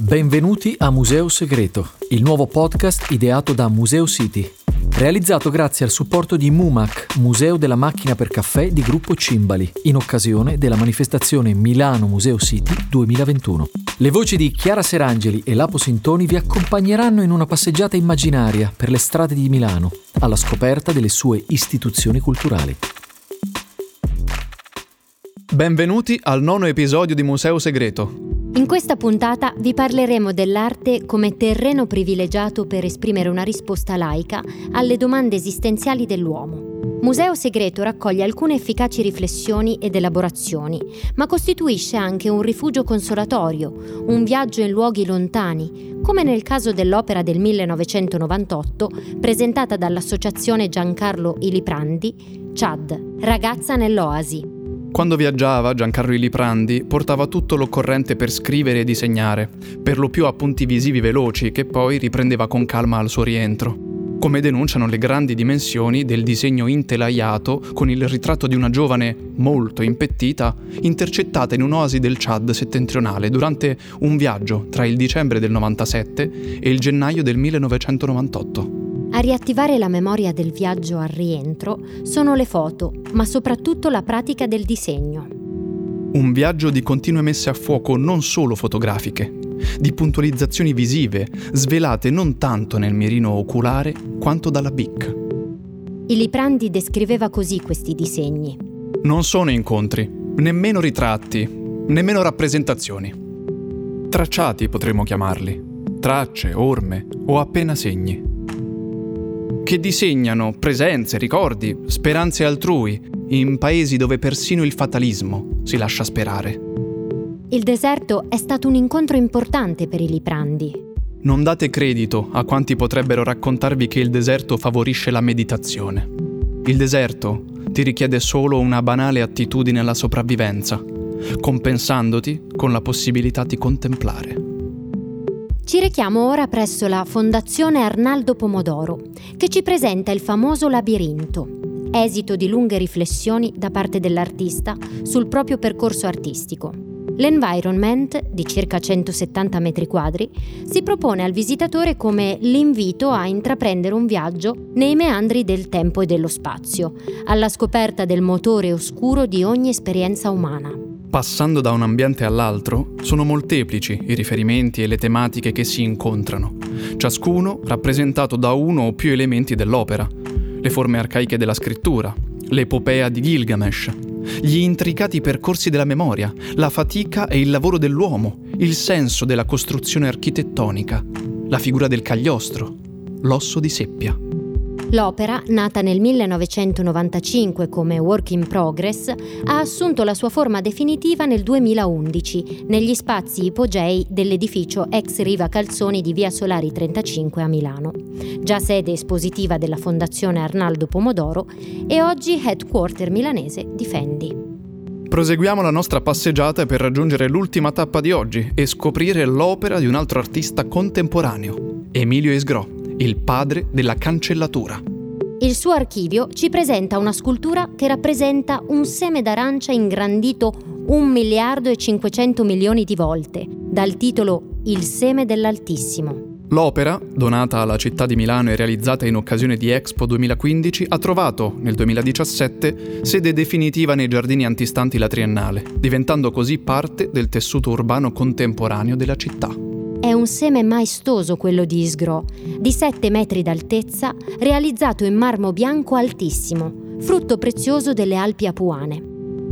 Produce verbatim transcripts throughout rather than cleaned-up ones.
Benvenuti a Museo Segreto, il nuovo podcast ideato da Museo City, realizzato grazie al supporto di MUMAC, Museo della Macchina per Caffè di Gruppo Cimbali, in occasione della manifestazione Milano Museo City duemilaventuno. Le voci di Chiara Serangeli e Lapo Sintoni vi accompagneranno in una passeggiata immaginaria per le strade di Milano, alla scoperta delle sue istituzioni culturali. Benvenuti al nono episodio di Museo Segreto. In questa puntata vi parleremo dell'arte come terreno privilegiato per esprimere una risposta laica alle domande esistenziali dell'uomo. Museo Segreto raccoglie alcune efficaci riflessioni ed elaborazioni, ma costituisce anche un rifugio consolatorio, un viaggio in luoghi lontani, come nel caso dell'opera del millenovecentonovantotto presentata dall'associazione Giancarlo Iliprandi, Chad, Ragazza nell'Oasi. Quando viaggiava, Giancarlo Iliprandi portava tutto l'occorrente per scrivere e disegnare, per lo più appunti visivi veloci che poi riprendeva con calma al suo rientro. Come denunciano le grandi dimensioni del disegno intelaiato con il ritratto di una giovane molto impettita intercettata in un'oasi del Chad settentrionale durante un viaggio tra il dicembre del novantasette e il gennaio del millenovecentonovantotto. A riattivare la memoria del viaggio al rientro sono le foto, ma soprattutto la pratica del disegno. Un viaggio di continue messe a fuoco non solo fotografiche, di puntualizzazioni visive, svelate non tanto nel mirino oculare quanto dalla Bic. Iliprandi descriveva così questi disegni. Non sono incontri, nemmeno ritratti, nemmeno rappresentazioni. Tracciati potremmo chiamarli, tracce, orme o appena segni. Che disegnano presenze, ricordi, speranze altrui, in paesi dove persino il fatalismo si lascia sperare. Il deserto è stato un incontro importante per Iliprandi. Non date credito a quanti potrebbero raccontarvi che il deserto favorisce la meditazione. Il deserto ti richiede solo una banale attitudine alla sopravvivenza, compensandoti con la possibilità di contemplare. Ci rechiamo ora presso la Fondazione Arnaldo Pomodoro, che ci presenta il famoso labirinto, esito di lunghe riflessioni da parte dell'artista sul proprio percorso artistico. L'environment, di circa centosettanta metri quadri, si propone al visitatore come l'invito a intraprendere un viaggio nei meandri del tempo e dello spazio, alla scoperta del motore oscuro di ogni esperienza umana. Passando da un ambiente all'altro, sono molteplici i riferimenti e le tematiche che si incontrano, ciascuno rappresentato da uno o più elementi dell'opera: le forme arcaiche della scrittura, l'epopea di Gilgamesh, gli intricati percorsi della memoria, la fatica e il lavoro dell'uomo, il senso della costruzione architettonica, la figura del cagliostro, l'osso di seppia. L'opera, nata nel millenovecentonovantacinque come work in progress, ha assunto la sua forma definitiva nel duemilaundici, negli spazi ipogei dell'edificio ex Riva Calzoni di via Solari trentacinque a Milano, già sede espositiva della Fondazione Arnaldo Pomodoro e oggi headquarter milanese di Fendi. Proseguiamo la nostra passeggiata per raggiungere l'ultima tappa di oggi e scoprire l'opera di un altro artista contemporaneo, Emilio Esgro, il padre della cancellatura. Il suo archivio ci presenta una scultura che rappresenta un seme d'arancia ingrandito un miliardo e cinquecento milioni di volte, dal titolo Il seme dell'Altissimo. L'opera, donata alla città di Milano e realizzata in occasione di Expo duemilaquindici, ha trovato, nel duemiladiciassette, sede definitiva nei giardini antistanti la Triennale, diventando così parte del tessuto urbano contemporaneo della città. È un seme maestoso quello di Esgro, di sette metri d'altezza, realizzato in marmo bianco altissimo, frutto prezioso delle Alpi Apuane.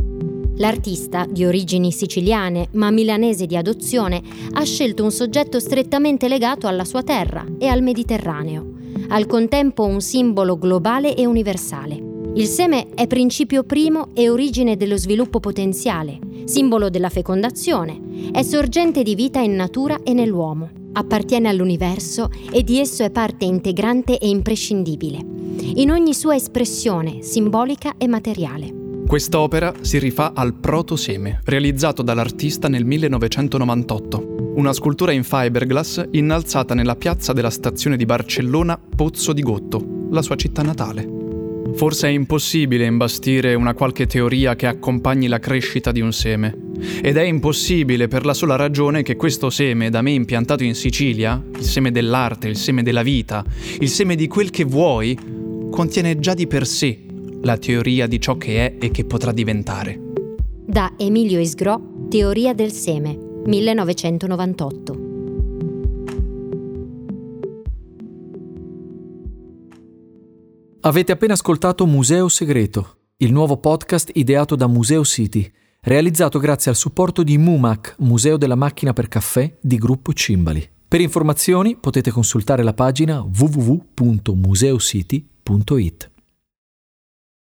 L'artista, di origini siciliane ma milanese di adozione, ha scelto un soggetto strettamente legato alla sua terra e al Mediterraneo, al contempo un simbolo globale e universale. Il seme è principio primo e origine dello sviluppo potenziale, simbolo della fecondazione, è sorgente di vita in natura e nell'uomo, appartiene all'universo e di esso è parte integrante e imprescindibile, in ogni sua espressione simbolica e materiale. Quest'opera si rifà al protoseme, realizzato dall'artista nel millenovecentonovantotto, una scultura in fiberglass innalzata nella piazza della stazione di Barcellona Pozzo di Gotto, la sua città natale. Forse è impossibile imbastire una qualche teoria che accompagni la crescita di un seme, Ed è impossibile per la sola ragione che questo seme da me impiantato in Sicilia, il seme dell'arte, il seme della vita, il seme di quel che vuoi, contiene già di per sé la teoria di ciò che è e che potrà diventare. Da Emilio Isgrò, Teoria del seme, millenovecentonovantotto. Avete appena ascoltato Museo Segreto, il nuovo podcast ideato da Museo City, realizzato grazie al supporto di MUMAC, Museo della Macchina per Caffè di Gruppo Cimbali. Per informazioni potete consultare la pagina w w w punto museocity punto it.